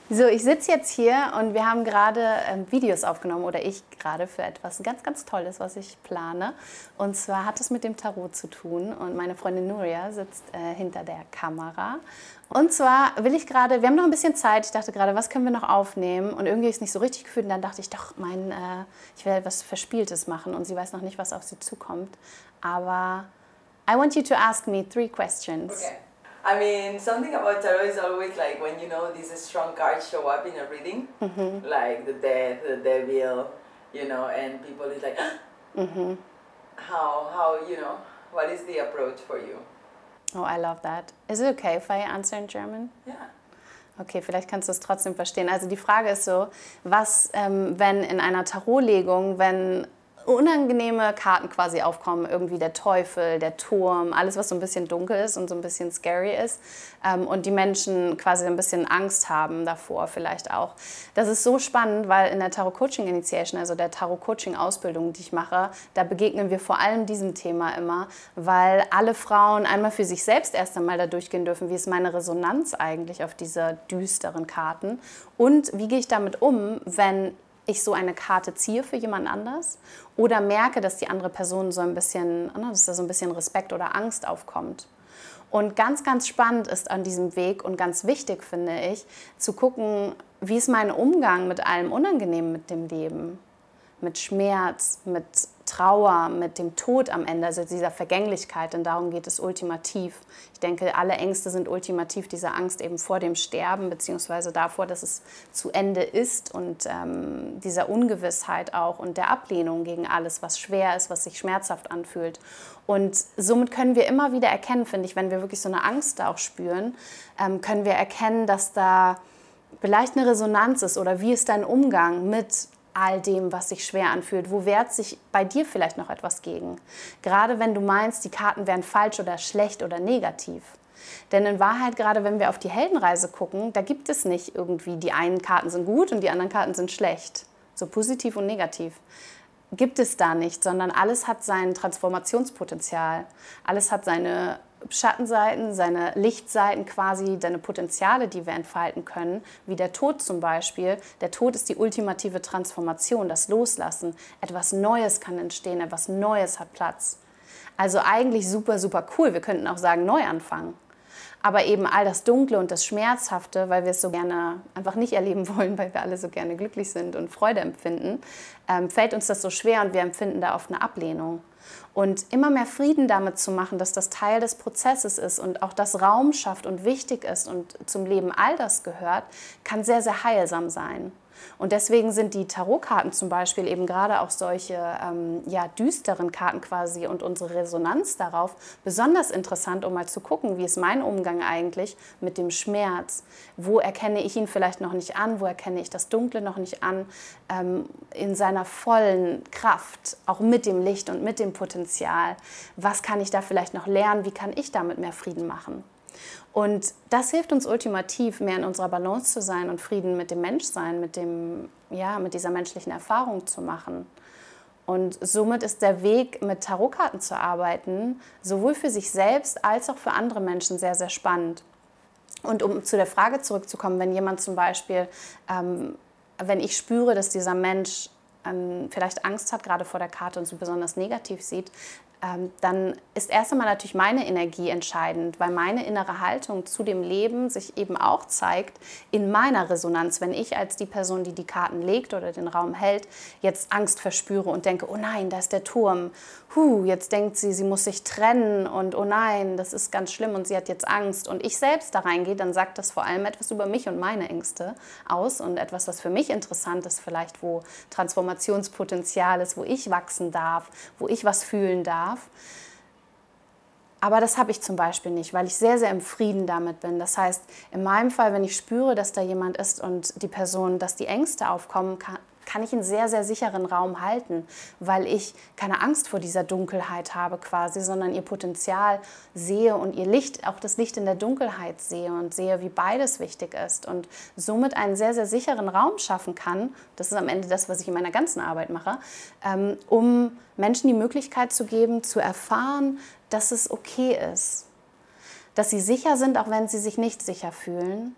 So, ich sitze jetzt hier und wir haben gerade Videos aufgenommen oder ich gerade für etwas ganz, ganz Tolles, was ich plane. Und zwar hat es mit dem Tarot zu tun und meine Freundin Nuria sitzt hinter der Kamera. Und zwar will ich gerade, wir haben noch ein bisschen Zeit, ich dachte gerade, was können wir noch aufnehmen? Und irgendwie ist es nicht so richtig gefühlt und dann dachte ich, doch, ich will etwas Verspieltes machen und sie weiß noch nicht, was auf sie zukommt. Aber I want you to ask me 3 questions. Okay. I mean, something about tarot is always like when you know these strong cards show up in a reading, like the death, the devil, you know, and people is like, how, you know, what is the approach for you? Oh, I love that. Is it okay if I answer in German? Yeah. Okay, vielleicht kannst du es trotzdem verstehen. Also die Frage ist so, was, wenn in einer Tarotlegung, wenn unangenehme Karten quasi aufkommen, irgendwie der Teufel, der Turm, alles, was so ein bisschen dunkel ist und so ein bisschen scary ist und die Menschen quasi ein bisschen Angst haben davor vielleicht auch. Das ist so spannend, weil in der Tarot Coaching Initiation, also der Tarot Coaching Ausbildung, die ich mache, da begegnen wir vor allem diesem Thema immer, weil alle Frauen einmal für sich selbst erst einmal da durchgehen dürfen, wie ist meine Resonanz eigentlich auf diese düsteren Karten und wie gehe ich damit um, wenn ich so eine Karte ziehe für jemand anders oder merke, dass die andere Person so ein bisschen, dass da so ein bisschen Respekt oder Angst aufkommt. Und ganz, ganz spannend ist an diesem Weg und ganz wichtig finde ich, zu gucken, wie ist mein Umgang mit allem Unangenehmen mit dem Leben, mit Schmerz, mit Trauer, mit dem Tod am Ende, also dieser Vergänglichkeit, denn darum geht es ultimativ. Ich denke, alle Ängste sind ultimativ diese Angst eben vor dem Sterben, beziehungsweise davor, dass es zu Ende ist und dieser Ungewissheit auch und der Ablehnung gegen alles, was schwer ist, was sich schmerzhaft anfühlt. Und somit können wir immer wieder erkennen, finde ich, wenn wir wirklich so eine Angst da auch spüren, können wir erkennen, dass da vielleicht eine Resonanz ist oder wie ist dein Umgang mit all dem, was sich schwer anfühlt. Wo wehrt sich bei dir vielleicht noch etwas gegen? Gerade wenn du meinst, die Karten wären falsch oder schlecht oder negativ. Denn in Wahrheit, gerade wenn wir auf die Heldenreise gucken, da gibt es nicht irgendwie, die einen Karten sind gut und die anderen Karten sind schlecht. So positiv und negativ. Gibt es da nicht, sondern alles hat sein Transformationspotenzial. Alles hat seine Schattenseiten, seine Lichtseiten quasi, seine Potenziale, die wir entfalten können, wie der Tod zum Beispiel. Der Tod ist die ultimative Transformation, das Loslassen. Etwas Neues kann entstehen, etwas Neues hat Platz. Also eigentlich super, super cool. Wir könnten auch sagen, Neuanfang. Aber eben all das Dunkle und das Schmerzhafte, weil wir es so gerne einfach nicht erleben wollen, weil wir alle so gerne glücklich sind und Freude empfinden, fällt uns das so schwer und wir empfinden da oft eine Ablehnung. Und immer mehr Frieden damit zu machen, dass das Teil des Prozesses ist und auch das Raum schafft und wichtig ist und zum Leben all das gehört, kann sehr, sehr heilsam sein. Und deswegen sind die Tarotkarten zum Beispiel eben gerade auch solche düsteren Karten quasi und unsere Resonanz darauf besonders interessant, um mal zu gucken, wie ist mein Umgang eigentlich mit dem Schmerz? Wo erkenne ich ihn vielleicht noch nicht an? Wo erkenne ich das Dunkle noch nicht an? In seiner vollen Kraft, auch mit dem Licht und mit dem Potenzial. Was kann ich da vielleicht noch lernen? Wie kann ich damit mehr Frieden machen? Und das hilft uns ultimativ, mehr in unserer Balance zu sein und Frieden mit dem Menschsein, mit dieser menschlichen Erfahrung zu machen. Und somit ist der Weg, mit Tarotkarten zu arbeiten, sowohl für sich selbst als auch für andere Menschen sehr, sehr spannend. Und um zu der Frage zurückzukommen, wenn jemand zum Beispiel, wenn ich spüre, dass dieser Mensch vielleicht Angst hat, gerade vor der Karte und so besonders negativ sieht, dann ist erst einmal natürlich meine Energie entscheidend, weil meine innere Haltung zu dem Leben sich eben auch zeigt in meiner Resonanz. Wenn ich als die Person, die die Karten legt oder den Raum hält, jetzt Angst verspüre und denke, oh nein, da ist der Turm. Jetzt denkt sie, sie muss sich trennen und oh nein, das ist ganz schlimm und sie hat jetzt Angst. Und ich selbst da reingehe, dann sagt das vor allem etwas über mich und meine Ängste aus und etwas, was für mich interessant ist, vielleicht wo Transformationspotenzial ist, wo ich wachsen darf, wo ich was fühlen darf. Aber das habe ich zum Beispiel nicht, weil ich sehr, sehr im Frieden damit bin. Das heißt, in meinem Fall, wenn ich spüre, dass da jemand ist und die Person, dass die Ängste aufkommen, kann ich einen sehr, sehr sicheren Raum halten, weil ich keine Angst vor dieser Dunkelheit habe quasi, sondern ihr Potenzial sehe und ihr Licht, auch das Licht in der Dunkelheit sehe und sehe, wie beides wichtig ist und somit einen sehr, sehr sicheren Raum schaffen kann. Das ist am Ende das, was ich in meiner ganzen Arbeit mache, um Menschen die Möglichkeit zu geben, zu erfahren, dass es okay ist, dass sie sicher sind, auch wenn sie sich nicht sicher fühlen,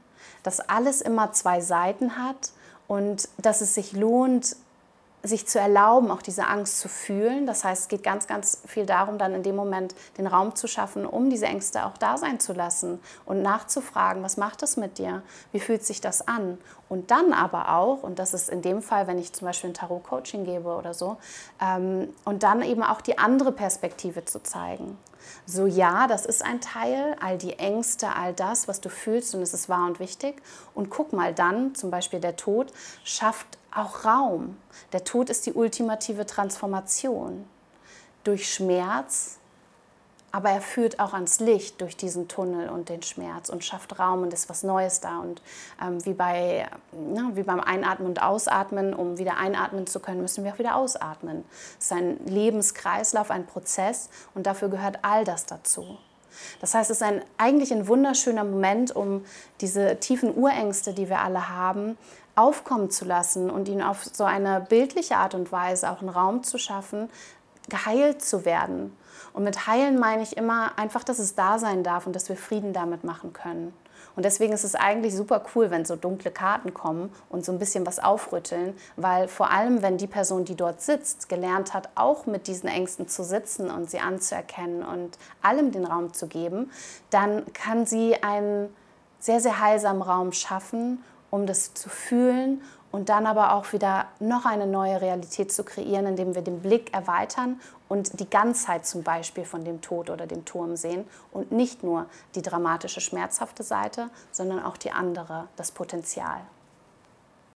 dass alles immer zwei Seiten hat und dass es sich lohnt, sich zu erlauben, auch diese Angst zu fühlen. Das heißt, es geht ganz, ganz viel darum, dann in dem Moment den Raum zu schaffen, um diese Ängste auch da sein zu lassen und nachzufragen, was macht das mit dir? Wie fühlt sich das an? Und dann aber auch, und das ist in dem Fall, wenn ich zum Beispiel ein Tarot-Coaching gebe oder so, und dann eben auch die andere Perspektive zu zeigen. So, ja, das ist ein Teil, all die Ängste, all das, was du fühlst, und es ist wahr und wichtig. Und guck mal dann, zum Beispiel der Tod, schafft auch Raum. Der Tod ist die ultimative Transformation durch Schmerz, aber er führt auch ans Licht durch diesen Tunnel und den Schmerz und schafft Raum und ist was Neues da. Und wie beim Einatmen und Ausatmen, um wieder einatmen zu können, müssen wir auch wieder ausatmen. Es ist ein Lebenskreislauf, ein Prozess und dafür gehört all das dazu. Das heißt, es ist eigentlich ein wunderschöner Moment, um diese tiefen Urängste, die wir alle haben, aufkommen zu lassen und ihnen auf so eine bildliche Art und Weise auch einen Raum zu schaffen, geheilt zu werden. Und mit heilen meine ich immer einfach, dass es da sein darf und dass wir Frieden damit machen können. Und deswegen ist es eigentlich super cool, wenn so dunkle Karten kommen und so ein bisschen was aufrütteln, weil vor allem, wenn die Person, die dort sitzt, gelernt hat, auch mit diesen Ängsten zu sitzen und sie anzuerkennen und allem den Raum zu geben, dann kann sie einen sehr, sehr heilsamen Raum schaffen, um das zu fühlen und dann aber auch wieder noch eine neue Realität zu kreieren, indem wir den Blick erweitern und die Ganzheit zum Beispiel von dem Tod oder dem Turm sehen und nicht nur die dramatische, schmerzhafte Seite, sondern auch die andere, das Potenzial.